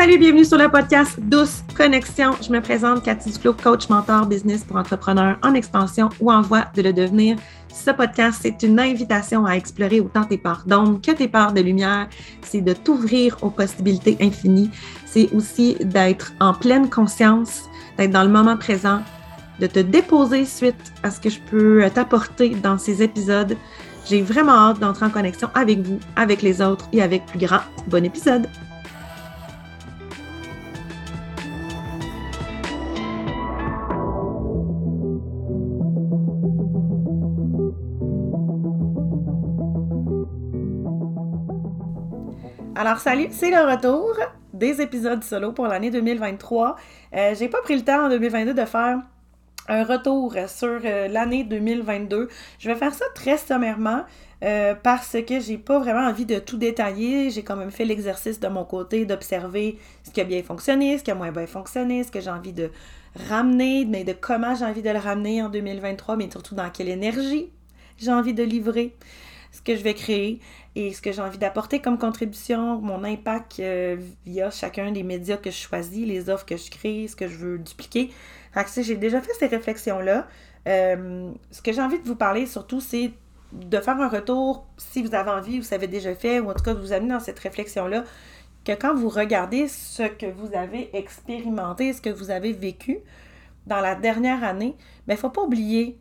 Salut, bienvenue sur le podcast Douce Connexion. Je me présente Cathy Duclos, coach, mentor, business pour entrepreneurs en expansion ou en voie de le devenir. Ce podcast, c'est une invitation à explorer autant tes parts d'ombre que tes parts de lumière. C'est de t'ouvrir aux possibilités infinies. C'est aussi d'être en pleine conscience, d'être dans le moment présent, de te déposer suite à ce que je peux t'apporter dans ces épisodes. J'ai vraiment hâte d'entrer en connexion avec vous, avec les autres et avec plus grand. Bon épisode! Alors salut, c'est le retour des épisodes solo pour l'année 2023. J'ai pas pris le temps en 2022 de faire un retour sur l'année 2022. Je vais faire ça très sommairement parce que j'ai pas vraiment envie de tout détailler. J'ai quand même fait l'exercice de mon côté d'observer ce qui a bien fonctionné, ce qui a moins bien fonctionné, ce que j'ai envie de ramener, mais de comment j'ai envie de le ramener en 2023, mais surtout dans quelle énergie j'ai envie de livrer ce que je vais créer et ce que j'ai envie d'apporter comme contribution, mon impact via chacun des médias que je choisis, les offres que je crée, ce que je veux dupliquer. Fait que j'ai déjà fait ces réflexions-là. Ce que j'ai envie de vous parler surtout, c'est de faire un retour, si vous avez envie, vous avez déjà fait, ou en tout cas de vous amener dans cette réflexion-là, que quand vous regardez ce que vous avez expérimenté, ce que vous avez vécu dans la dernière année, il ne faut pas oublier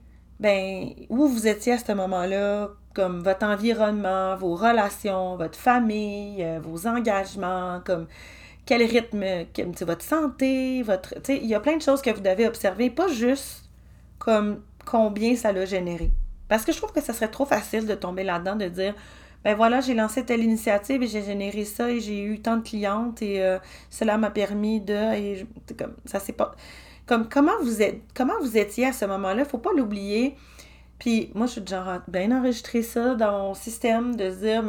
où vous étiez à ce moment-là, comme votre environnement, vos relations, votre famille, vos engagements, comme quel rythme, votre santé, il y a plein de choses que vous devez observer, pas juste comme combien ça l'a généré. Parce que je trouve que ça serait trop facile de tomber là-dedans, de dire, voilà, j'ai lancé telle initiative et j'ai généré ça et j'ai eu tant de clientes et cela m'a permis de... comme ça, c'est pas... Comme comment vous étiez à ce moment-là, faut pas l'oublier. Puis moi, je suis genre bien enregistrer ça dans mon système, de se dire,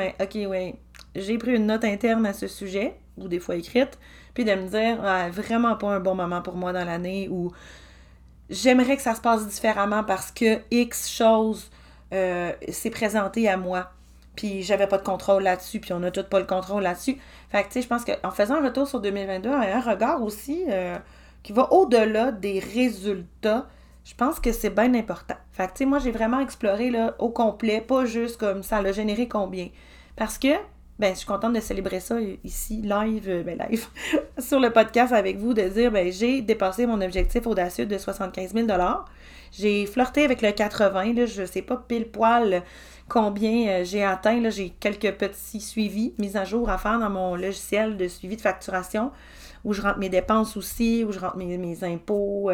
j'ai pris une note interne à ce sujet, ou des fois écrite, puis de me dire, vraiment pas un bon moment pour moi dans l'année, ou j'aimerais que ça se passe différemment parce que X chose s'est présenté à moi, puis j'avais pas de contrôle là-dessus, puis on a tous pas le contrôle là-dessus. Fait que, tu sais, je pense qu'en faisant un retour sur 2022, un regard aussi qui va au-delà des résultats, je pense que c'est bien important. Fait que, tu sais, moi, j'ai vraiment exploré là, au complet, pas juste comme ça l'a généré combien. Parce que, je suis contente de célébrer ça ici, live, sur le podcast avec vous, de dire, j'ai dépassé mon objectif audacieux de 75 000 $. J'ai flirté avec le 80, là, je sais pas pile poil combien j'ai atteint. Là, j'ai quelques petits suivis, mises à jour à faire dans mon logiciel de suivi de facturation, où je rentre mes dépenses aussi, où je rentre mes impôts,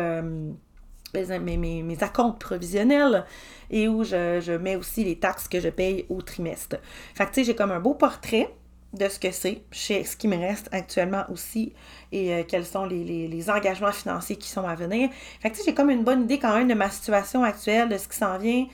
mes acomptes provisionnels et où je mets aussi les taxes que je paye au trimestre. Fait que tu sais, j'ai comme un beau portrait de ce que c'est, ce qui me reste actuellement aussi et quels sont les engagements financiers qui sont à venir. Fait que tu sais, j'ai comme une bonne idée quand même de ma situation actuelle, de ce qui s'en vient,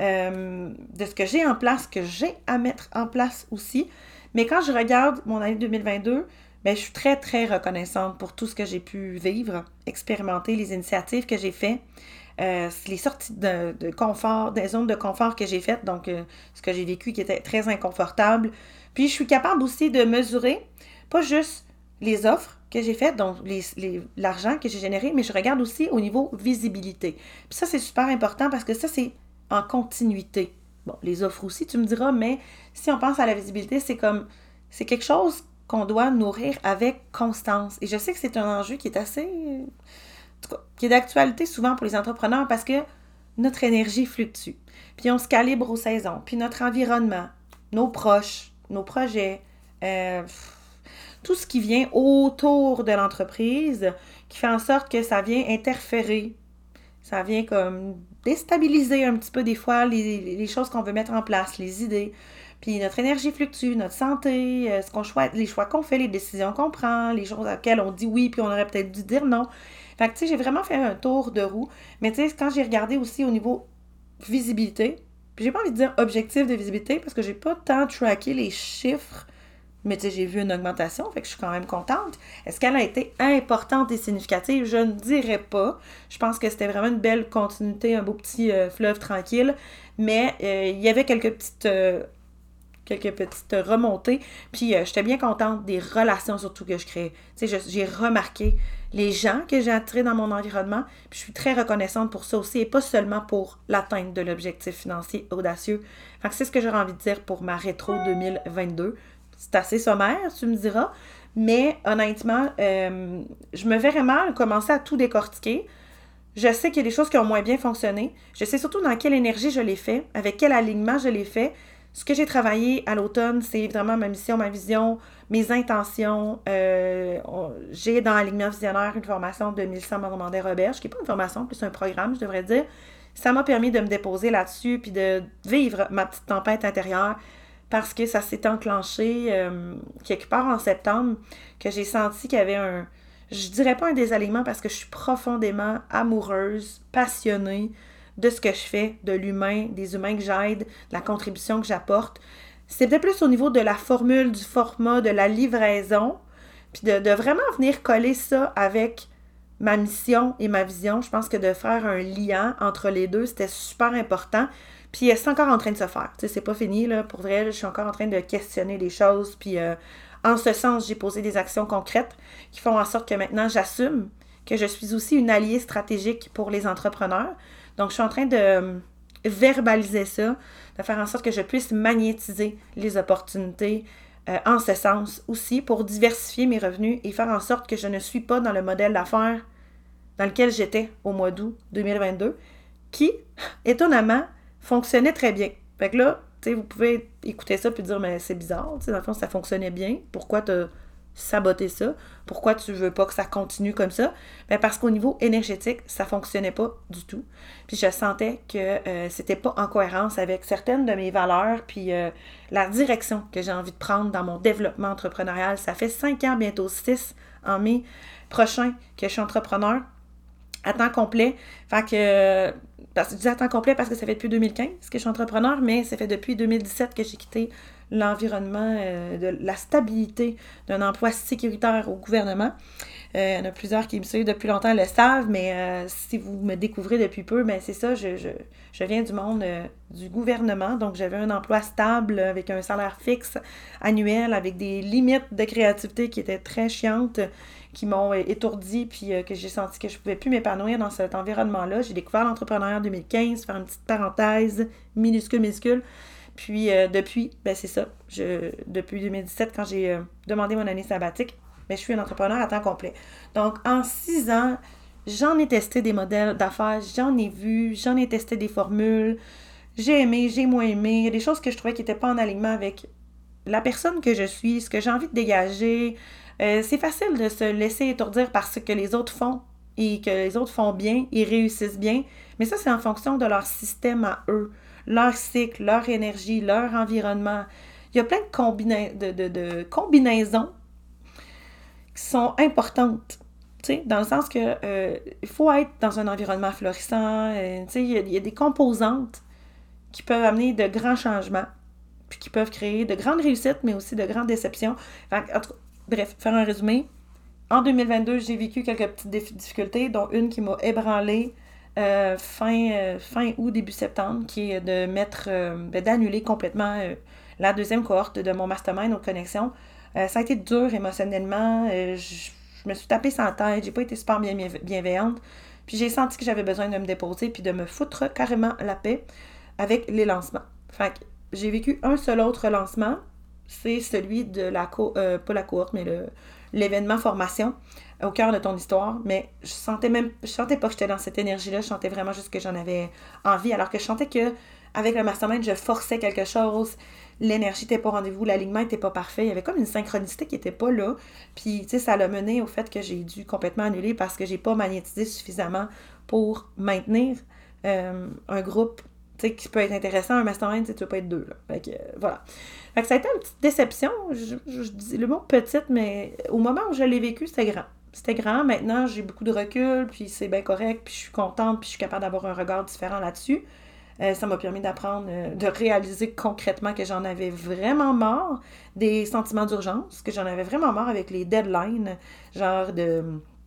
de ce que j'ai en place, que j'ai à mettre en place aussi. Mais quand je regarde mon année 2022, je suis très, très reconnaissante pour tout ce que j'ai pu vivre, expérimenter, les initiatives que j'ai faites, les sorties de confort, des zones de confort que j'ai faites, donc ce que j'ai vécu qui était très inconfortable. Puis, je suis capable aussi de mesurer, pas juste les offres que j'ai faites, donc l'argent que j'ai généré, mais je regarde aussi au niveau visibilité. Puis ça, c'est super important parce que ça, c'est en continuité. Bon, les offres aussi, tu me diras, mais si on pense à la visibilité, c'est quelque chose qu'on doit nourrir avec constance. Et je sais que c'est un enjeu qui est assez... en tout cas, qui est d'actualité souvent pour les entrepreneurs parce que notre énergie fluctue. Puis on se calibre aux saisons. Puis notre environnement, nos proches, nos projets, tout ce qui vient autour de l'entreprise qui fait en sorte que ça vient interférer. Ça vient comme déstabiliser un petit peu des fois les choses qu'on veut mettre en place, les idées. Puis notre énergie fluctue, notre santé, les choix qu'on fait, les décisions qu'on prend, les choses auxquelles on dit oui, puis on aurait peut-être dû dire non. Fait que tu sais, j'ai vraiment fait un tour de roue. Mais tu sais, quand j'ai regardé aussi au niveau visibilité, puis j'ai pas envie de dire objectif de visibilité parce que j'ai pas tant tracké les chiffres, mais tu sais, j'ai vu une augmentation, fait que je suis quand même contente. Est-ce qu'elle a été importante et significative? Je ne dirais pas. Je pense que c'était vraiment une belle continuité, un beau petit fleuve tranquille. Mais il y avait quelques quelques petites remontées. Puis j'étais bien contente des relations surtout que je créais. Tu sais, j'ai remarqué les gens que j'ai attirés dans mon environnement. Puis je suis très reconnaissante pour ça aussi et pas seulement pour l'atteinte de l'objectif financier audacieux. Fait que c'est ce que j'aurais envie de dire pour ma rétro 2022. C'est assez sommaire, tu me diras. Mais honnêtement, je me verrais mal commencer à tout décortiquer. Je sais qu'il y a des choses qui ont moins bien fonctionné. Je sais surtout dans quelle énergie je l'ai fait, avec quel alignement je l'ai fait. Ce que j'ai travaillé à l'automne, c'est vraiment ma mission, ma vision, mes intentions. J'ai dans Alignement Visionnaire une formation de 1100 Normandais-Roberge, qui n'est pas une formation, plus un programme, je devrais dire. Ça m'a permis de me déposer là-dessus, puis de vivre ma petite tempête intérieure, parce que ça s'est enclenché quelque part en septembre, que j'ai senti qu'il y avait je dirais pas un désalignement parce que je suis profondément amoureuse, passionnée de ce que je fais, de l'humain, des humains que j'aide, de la contribution que j'apporte. C'est peut-être plus au niveau de la formule, du format, de la livraison, puis de vraiment venir coller ça avec ma mission et ma vision. Je pense que de faire un lien entre les deux, c'était super important. Puis c'est encore en train de se faire. Tu sais, c'est pas fini, là. Pour vrai, je suis encore en train de questionner les choses, puis en ce sens, j'ai posé des actions concrètes qui font en sorte que maintenant, j'assume que je suis aussi une alliée stratégique pour les entrepreneurs. Donc, je suis en train de verbaliser ça, de faire en sorte que je puisse magnétiser les opportunités en ce sens aussi pour diversifier mes revenus et faire en sorte que je ne suis pas dans le modèle d'affaires dans lequel j'étais au mois d'août 2022, qui, étonnamment, fonctionnait très bien. Fait que là, tu sais, vous pouvez écouter ça puis dire, mais c'est bizarre, tu sais, dans le fond, ça fonctionnait bien. Pourquoi t'as saboté ça? Pourquoi tu veux pas que ça continue comme ça? Ben parce qu'au niveau énergétique, ça fonctionnait pas du tout. Puis je sentais que c'était pas en cohérence avec certaines de mes valeurs puis la direction que j'ai envie de prendre dans mon développement entrepreneurial. Ça fait 5 ans, bientôt 6 en mai prochain que je suis entrepreneur à temps complet. Fait que je dis à temps complet parce que ça fait depuis 2015 que je suis entrepreneur, mais ça fait depuis 2017 que j'ai quitté l'environnement de la stabilité d'un emploi sécuritaire au gouvernement. Il y en a plusieurs qui me suivent depuis longtemps le savent, mais si vous me découvrez depuis peu, ben c'est ça, je viens du monde du gouvernement, donc j'avais un emploi stable avec un salaire fixe annuel, avec des limites de créativité qui étaient très chiantes, qui m'ont étourdi, puis que j'ai senti que je ne pouvais plus m'épanouir dans cet environnement-là. J'ai découvert l'entrepreneuriat en 2015, faire une petite parenthèse minuscule. Puis depuis, ben c'est ça, depuis 2017, quand j'ai demandé mon année sabbatique, ben, je suis un entrepreneur à temps complet. Donc, en 6 ans, j'en ai testé des modèles d'affaires, j'en ai vu, j'en ai testé des formules, j'ai aimé, j'ai moins aimé, il y a des choses que je trouvais qui n'étaient pas en alignement avec la personne que je suis, ce que j'ai envie de dégager. C'est facile de se laisser étourdir par ce que les autres font et que les autres font bien, ils réussissent bien, mais ça, c'est en fonction de leur système à eux, leur cycle, leur énergie, leur environnement. Il y a plein de combinaisons qui sont importantes, tu sais, dans le sens que il faut être dans un environnement florissant, tu sais, il y a des composantes qui peuvent amener de grands changements, puis qui peuvent créer de grandes réussites, mais aussi de grandes déceptions. En tout cas, bref, faire un résumé. En 2022, j'ai vécu quelques petites difficultés, dont une qui m'a ébranlée fin août, début septembre, qui est d'annuler complètement la deuxième cohorte de mon mastermind aux connexions. Ça a été dur émotionnellement. Je me suis tapée sans tête. J'ai pas été super bienveillante. Puis j'ai senti que j'avais besoin de me déposer puis de me foutre carrément la paix avec les lancements. Fait que j'ai vécu un seul autre lancement. C'est celui de pas la cohorte, mais l'événement formation au cœur de ton histoire. Mais je sentais pas que j'étais dans cette énergie-là. Je sentais vraiment juste que j'en avais envie. Alors que je sentais que avec le mastermind, je forçais quelque chose. L'énergie n'était pas au rendez-vous, l'alignement n'était pas parfait. Il y avait comme une synchronicité qui n'était pas là. Puis, tu sais, ça l'a mené au fait que j'ai dû complètement annuler parce que j'ai pas magnétisé suffisamment pour maintenir un groupe, tu sais, qui peut être intéressant. Un mastermind, tu ne veux pas être deux, là. Fait que, voilà. Fait que ça a été une petite déception. Je dis le mot petite, mais au moment où je l'ai vécu, c'était grand. C'était grand. Maintenant, j'ai beaucoup de recul, puis c'est bien correct, puis je suis contente, puis je suis capable d'avoir un regard différent là-dessus. Ça m'a permis d'apprendre, de réaliser concrètement que j'en avais vraiment marre des sentiments d'urgence, que j'en avais vraiment marre avec les deadlines, genre de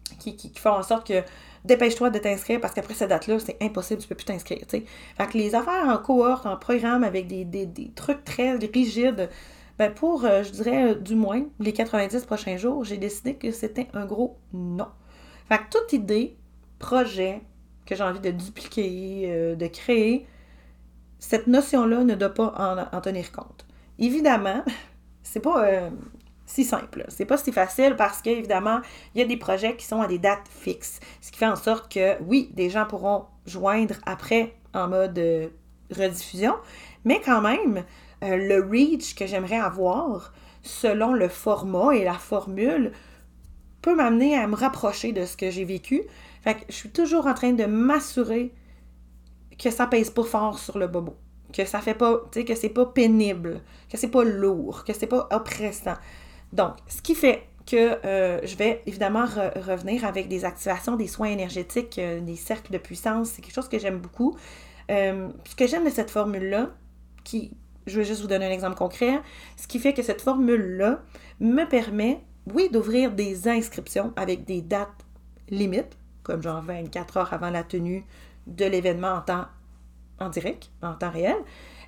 qui font en sorte que dépêche-toi de t'inscrire parce qu'après cette date-là, c'est impossible, tu peux plus t'inscrire, tu sais. Fait que les affaires en cohorte, en programme, avec des trucs très rigides, ben pour, je dirais, du moins, les 90 prochains jours, j'ai décidé que c'était un gros non. Fait que toute idée, projet que j'ai envie de dupliquer, de créer, cette notion-là ne doit pas en tenir compte. Évidemment, c'est pas si simple. C'est pas si facile parce qu'évidemment, il y a des projets qui sont à des dates fixes. Ce qui fait en sorte que, oui, des gens pourront joindre après en mode rediffusion, mais quand même, le reach que j'aimerais avoir, selon le format et la formule, peut m'amener à me rapprocher de ce que j'ai vécu. Fait que je suis toujours en train de m'assurer que ça pèse pas fort sur le bobo. Que ça fait pas, tu sais, que c'est pas pénible, que c'est pas lourd, que c'est pas oppressant. Donc, ce qui fait que je vais évidemment revenir avec des activations, des soins énergétiques, des cercles de puissance. C'est quelque chose que j'aime beaucoup. Ce que j'aime de cette formule-là, je vais juste vous donner un exemple concret, ce qui fait que cette formule-là me permet, oui, d'ouvrir des inscriptions avec des dates limites, comme genre 24 heures avant la tenue de l'événement en direct, en temps réel.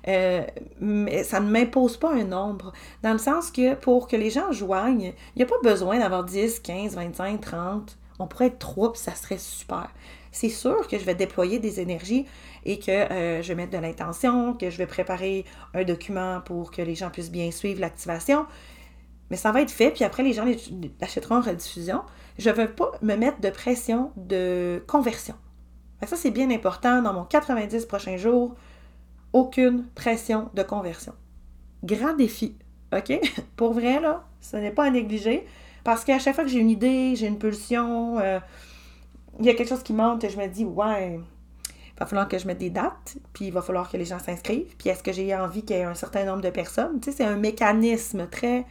Mais ça ne m'impose pas un nombre, dans le sens que pour que les gens joignent, il n'y a pas besoin d'avoir 10, 15, 25, 30. On pourrait être 3 puis ça serait super. C'est sûr que je vais déployer des énergies et que je vais mettre de l'intention, que je vais préparer un document pour que les gens puissent bien suivre l'activation. Mais ça va être fait, puis après, les gens l'achèteront en rediffusion. Je ne veux pas me mettre de pression de conversion. Ça, c'est bien important. Dans mon 90 prochains jours, aucune pression de conversion. Grand défi, OK? Pour vrai, là, ce n'est pas à négliger. Parce qu'à chaque fois que j'ai une idée, j'ai une pulsion, il y a quelque chose qui monte et je me dis, ouais, il va falloir que je mette des dates, puis il va falloir que les gens s'inscrivent. Puis est-ce que j'ai envie qu'il y ait un certain nombre de personnes? Tu sais, c'est un mécanisme très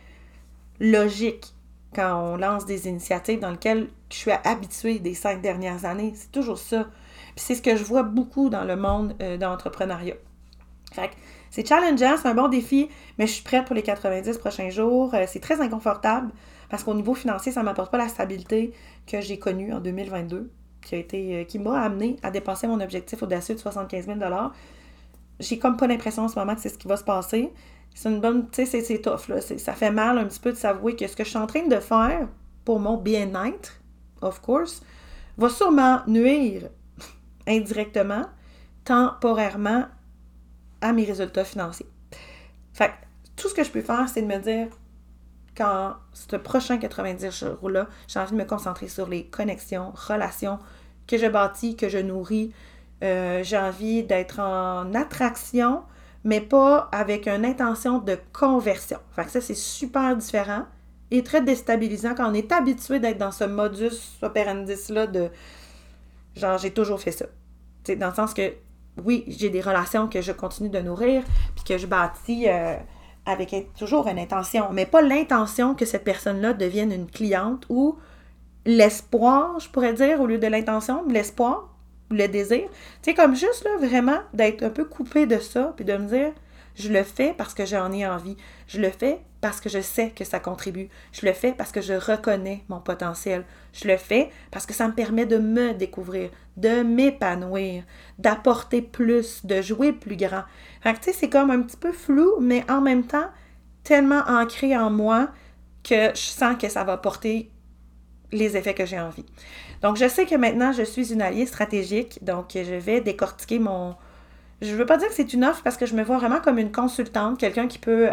logique quand on lance des initiatives dans lesquelles je suis habituée des 5 dernières années. C'est toujours ça. Puis c'est ce que je vois beaucoup dans le monde de l'entrepreneuriat. Fait que c'est challengeant, c'est un bon défi, mais je suis prête pour les 90 prochains jours. C'est très inconfortable parce qu'au niveau financier, ça ne m'apporte pas la stabilité que j'ai connue en 2022, qui m'a amené à dépenser mon objectif audacieux de 75 000 $. J'ai comme pas l'impression en ce moment que c'est ce qui va se passer. C'est une bonne, tu sais, c'est tough, là. Ça fait mal un petit peu de s'avouer que ce que je suis en train de faire pour mon bien-être, of course, va sûrement nuire indirectement, temporairement, à mes résultats financiers. Fait que tout ce que je peux faire, c'est de me dire, quand ce prochain 90 jours-là, j'ai envie de me concentrer sur les connexions, relations que je bâtis, que je nourris. J'ai envie d'être en attraction, mais pas avec une intention de conversion. Fait que ça, c'est super différent et très déstabilisant quand on est habitué d'être dans ce modus operandi-là de genre, j'ai toujours fait ça. T'sais, dans le sens que, oui, j'ai des relations que je continue de nourrir, puis que je bâtis avec toujours une intention, mais pas l'intention que cette personne-là devienne une cliente ou l'espoir, je pourrais dire, au lieu de l'intention, l'espoir, le désir. Tu sais, comme juste, là, vraiment, d'être un peu coupé de ça, puis de me dire, je le fais parce que j'en ai envie. Je le fais parce que je sais que ça contribue. Je le fais parce que je reconnais mon potentiel. Je le fais parce que ça me permet de me découvrir, de m'épanouir, d'apporter plus, de jouer plus grand. Fait que, tu sais, c'est comme un petit peu flou, mais en même temps, tellement ancré en moi que je sens que ça va porter les effets que j'ai envie. Donc, je sais que maintenant, je suis une alliée stratégique, donc je vais décortiquer mon... Je veux pas dire que c'est une offre parce que je me vois vraiment comme une consultante, quelqu'un qui peut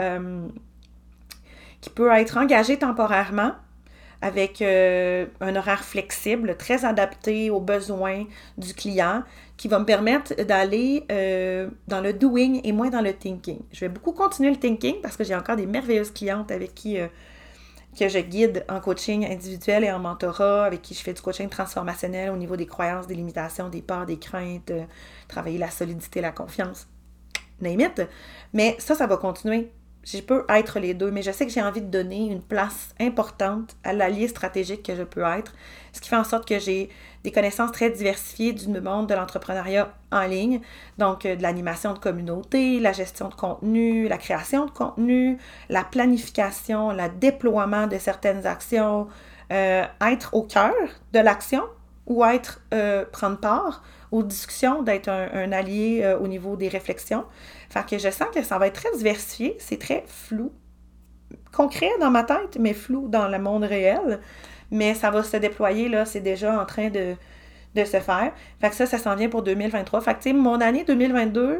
être engagé temporairement avec un horaire flexible, très adapté aux besoins du client, qui va me permettre d'aller dans le doing et moins dans le thinking. Je vais beaucoup continuer le thinking parce que j'ai encore des merveilleuses clientes avec qui que je guide en coaching individuel et en mentorat, avec qui je fais du coaching transformationnel au niveau des croyances, des limitations, des peurs, des craintes, travailler la solidité, la confiance, name it. Mais ça va continuer. Je peux être les deux, mais je sais que j'ai envie de donner une place importante à l'allié stratégique que je peux être, ce qui fait en sorte que j'ai des connaissances très diversifiées du monde de l'entrepreneuriat en ligne, donc de l'animation de communauté, la gestion de contenu, la création de contenu, la planification, le déploiement de certaines actions, être au cœur de l'action ou prendre part aux discussions, d'être un allié au niveau des réflexions. Fait que je sens que ça va être très diversifié, c'est très flou, concret dans ma tête, mais flou dans le monde réel. Mais ça va se déployer, là, c'est déjà en train de se faire. Fait que ça s'en vient pour 2023. Fait que, tu sais, mon année 2022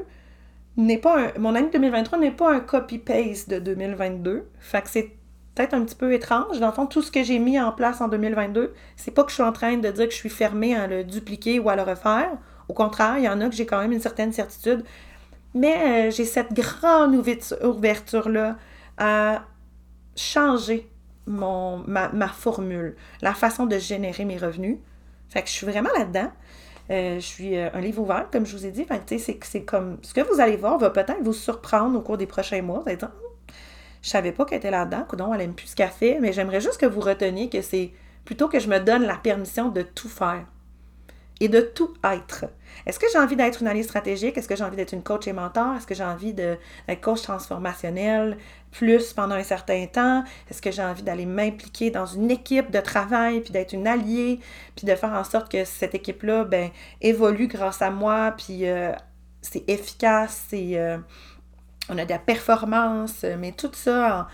mon année 2023 n'est pas un copy-paste de 2022. Fait que c'est peut-être un petit peu étrange. Dans le fond, tout ce que j'ai mis en place en 2022, c'est pas que je suis en train de dire que je suis fermée à le dupliquer ou à le refaire. Au contraire, il y en a que j'ai quand même une certaine certitude. Mais j'ai cette grande ouverture-là à changer ma formule, la façon de générer mes revenus. Fait que je suis vraiment là-dedans. Je suis un livre ouvert, comme je vous ai dit. Fait que, c'est comme ce que vous allez voir va peut-être vous surprendre au cours des prochains mois. Vous allez dire, je savais pas qu'elle était là-dedans. Coudonc, elle aime plus ce qu'elle fait. Mais j'aimerais juste que vous reteniez que c'est plutôt que je me donne la permission de tout faire et de tout être. Est-ce que j'ai envie d'être une alliée stratégique? Est-ce que j'ai envie d'être une coach et mentor? Est-ce que j'ai envie d'être coach transformationnel plus pendant un certain temps? Est-ce que j'ai envie d'aller m'impliquer dans une équipe de travail puis d'être une alliée puis de faire en sorte que cette équipe-là évolue grâce à moi puis c'est efficace, on a de la performance, mais tout ça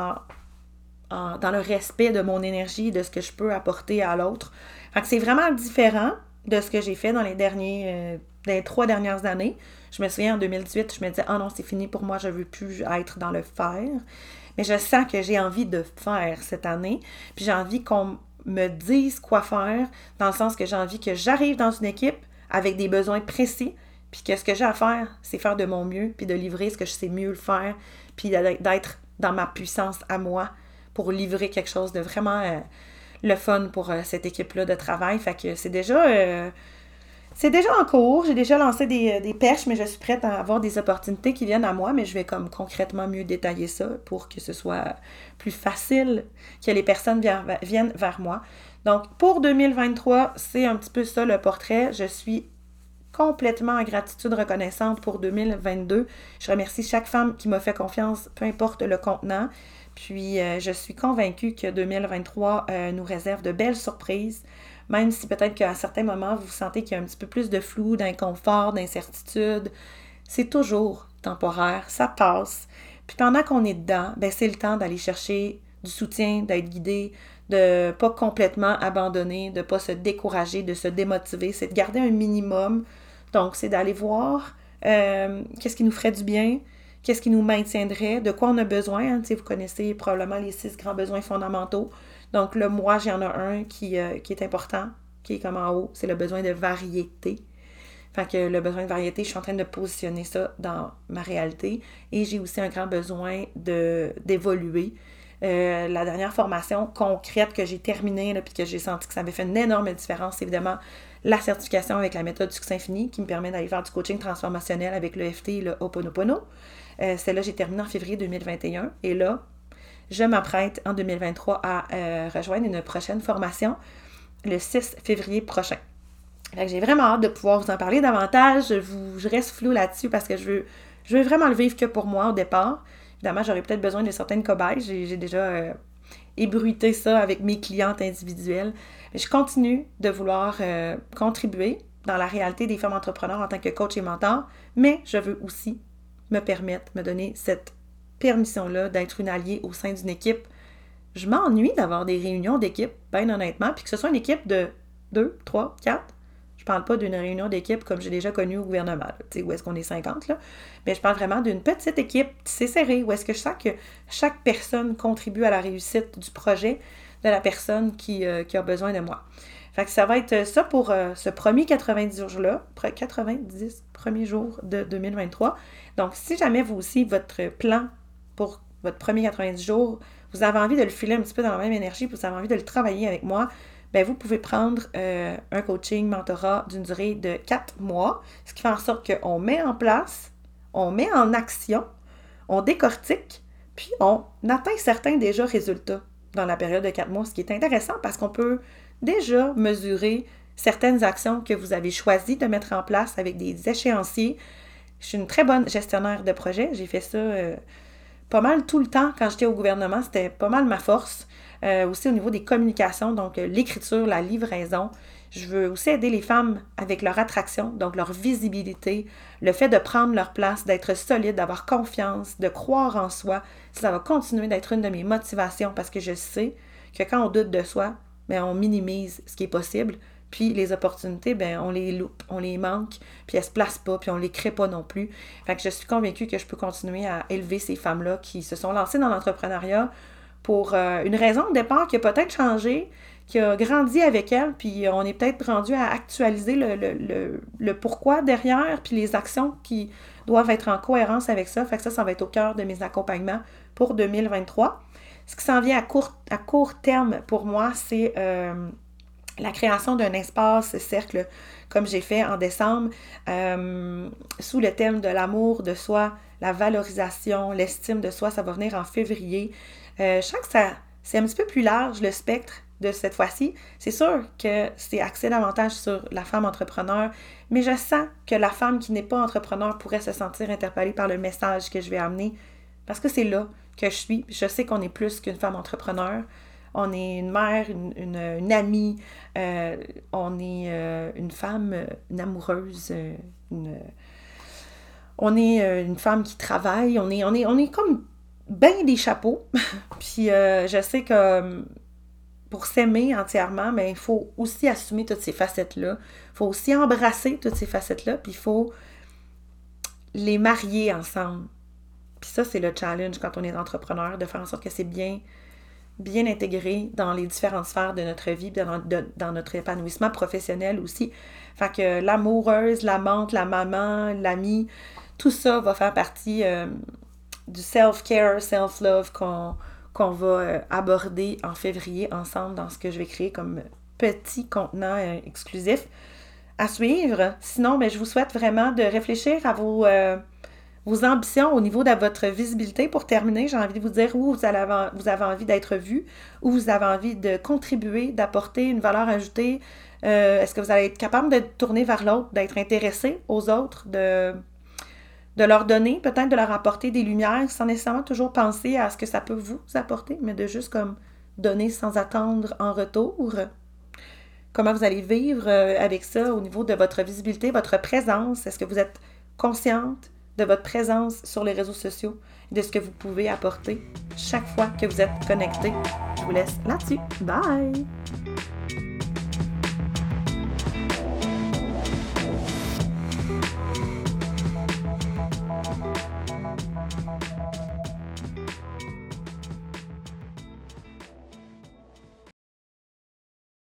dans le respect de mon énergie, de ce que je peux apporter à l'autre. Fait que c'est vraiment différent de ce que j'ai fait dans les 3 dernières années. Je me souviens, en 2018, je me disais « Ah non, c'est fini pour moi, je ne veux plus être dans le faire. » Mais je sens que j'ai envie de faire cette année. Puis j'ai envie qu'on me dise quoi faire, dans le sens que j'ai envie que j'arrive dans une équipe avec des besoins précis, puis que ce que j'ai à faire, c'est faire de mon mieux, puis de livrer ce que je sais mieux le faire, puis d'être dans ma puissance à moi pour livrer quelque chose de vraiment le fun pour cette équipe-là de travail. Fait que c'est déjà en cours. J'ai déjà lancé des perches, mais je suis prête à avoir des opportunités qui viennent à moi, mais je vais comme concrètement mieux détailler ça pour que ce soit plus facile, que les personnes viennent vers moi. Donc, pour 2023, c'est un petit peu ça le portrait. Je suis complètement en gratitude reconnaissante pour 2022. Je remercie chaque femme qui m'a fait confiance, peu importe le contenant. Puis, je suis convaincue que 2023 nous réserve de belles surprises, même si peut-être qu'à certains moments, vous sentez qu'il y a un petit peu plus de flou, d'inconfort, d'incertitude. C'est toujours temporaire, ça passe. Puis pendant qu'on est dedans, c'est le temps d'aller chercher du soutien, d'être guidé, de pas complètement abandonner, de pas se décourager, de se démotiver. C'est de garder un minimum. Donc, c'est d'aller voir qu'est-ce qui nous ferait du bien, qu'est-ce qui nous maintiendrait, de quoi on a besoin. Hein? Vous connaissez probablement les 6 grands besoins fondamentaux. Donc là, moi, j'en ai un qui est important, qui est comme en haut, c'est le besoin de variété. Fait que le besoin de variété, je suis en train de positionner ça dans ma réalité. Et j'ai aussi un grand besoin d'évoluer. La dernière formation concrète que j'ai terminée, puis que j'ai senti que ça avait fait une énorme différence, c'est évidemment la certification avec la méthode Succès Infini qui me permet d'aller faire du coaching transformationnel avec l'EFT et le Ho'oponopono. Celle-là, j'ai terminé en février 2021. Et là, je m'apprête en 2023 à rejoindre une prochaine formation le 6 février prochain. Fait que j'ai vraiment hâte de pouvoir vous en parler davantage. Je reste floue là-dessus parce que je veux vraiment le vivre que pour moi au départ. Évidemment, j'aurais peut-être besoin de certaines cobayes. J'ai déjà ébruité ça avec mes clientes individuelles. Mais je continue de vouloir contribuer dans la réalité des femmes entrepreneurs en tant que coach et mentor, mais je veux aussi me donner cette permission-là d'être une alliée au sein d'une équipe. Je m'ennuie d'avoir des réunions d'équipe, bien honnêtement, puis que ce soit une équipe de 2, 3, 4. Je parle pas d'une réunion d'équipe comme j'ai déjà connu au gouvernement, où est-ce qu'on est 50, là. Mais je parle vraiment d'une petite équipe tissée serrée, où est-ce que je sens que chaque personne contribue à la réussite du projet de la personne qui a besoin de moi. Fait que ça va être ça pour ce premier 90 jours-là, 90 premiers jours de 2023. Donc, si jamais vous aussi, votre plan pour votre premier 90 jours, vous avez envie de le filer un petit peu dans la même énergie, vous avez envie de le travailler avec moi, vous pouvez prendre un coaching mentorat d'une durée de 4 mois, ce qui fait en sorte qu'on met en place, on met en action, on décortique, puis on atteint certains déjà résultats dans la période de 4 mois, ce qui est intéressant parce qu'on peut déjà mesurer certaines actions que vous avez choisi de mettre en place avec des échéanciers. Je suis une très bonne gestionnaire de projet. J'ai fait ça pas mal tout le temps quand j'étais au gouvernement. C'était pas mal ma force. aussi au niveau des communications, donc l'écriture, la livraison. Je veux aussi aider les femmes avec leur attraction, donc leur visibilité, le fait de prendre leur place, d'être solide, d'avoir confiance, de croire en soi. Ça va continuer d'être une de mes motivations parce que je sais que quand on doute de soi, bien, on minimise ce qui est possible. Puis les opportunités, ben on les loupe, on les manque, puis elles se placent pas, puis on les crée pas non plus. Fait que je suis convaincue que je peux continuer à élever ces femmes-là qui se sont lancées dans l'entrepreneuriat pour une raison au départ qui a peut-être changé, qui a grandi avec elles, puis on est peut-être rendu à actualiser le pourquoi derrière, puis les actions qui doivent être en cohérence avec ça. Fait que ça va être au cœur de mes accompagnements pour 2023. Ce qui s'en vient à court terme pour moi, c'est la création d'un espace cercle, comme j'ai fait en décembre, sous le thème de l'amour de soi, la valorisation, l'estime de soi. Ça va venir en février. Je sens que c'est un petit peu plus large, le spectre de cette fois-ci. C'est sûr que c'est axé davantage sur la femme entrepreneur, mais je sens que la femme qui n'est pas entrepreneur pourrait se sentir interpellée par le message que je vais amener, parce que c'est là que je suis. Je sais qu'on est plus qu'une femme entrepreneur. On est une mère, une amie, on est une femme, une amoureuse, on est une femme qui travaille, on est comme bien des chapeaux. Puis je sais que pour s'aimer entièrement, mais il faut aussi assumer toutes ces facettes-là. Il faut aussi embrasser toutes ces facettes-là, puis il faut les marier ensemble. Puis ça, c'est le challenge quand on est entrepreneur, de faire en sorte que c'est bien intégré dans les différentes sphères de notre vie, dans notre épanouissement professionnel aussi. Fait que l'amoureuse, l'amante, la maman, l'amie, tout ça va faire partie du self-care, self-love qu'on va aborder en février ensemble dans ce que je vais créer comme petit contenant exclusif à suivre. Sinon, ben, je vous souhaite vraiment de réfléchir à vos ambitions au niveau de votre visibilité. Pour terminer, j'ai envie de vous dire où vous avez envie d'être vu, où vous avez envie de contribuer, d'apporter une valeur ajoutée. Est-ce que vous allez être capable de tourner vers l'autre, d'être intéressé aux autres, de leur donner, peut-être de leur apporter des lumières sans nécessairement toujours penser à ce que ça peut vous apporter, mais de juste comme donner sans attendre en retour. Comment vous allez vivre avec ça au niveau de votre visibilité, votre présence? Est-ce que vous êtes consciente de votre présence sur les réseaux sociaux et de ce que vous pouvez apporter chaque fois que vous êtes connecté? Je vous laisse là-dessus. Bye!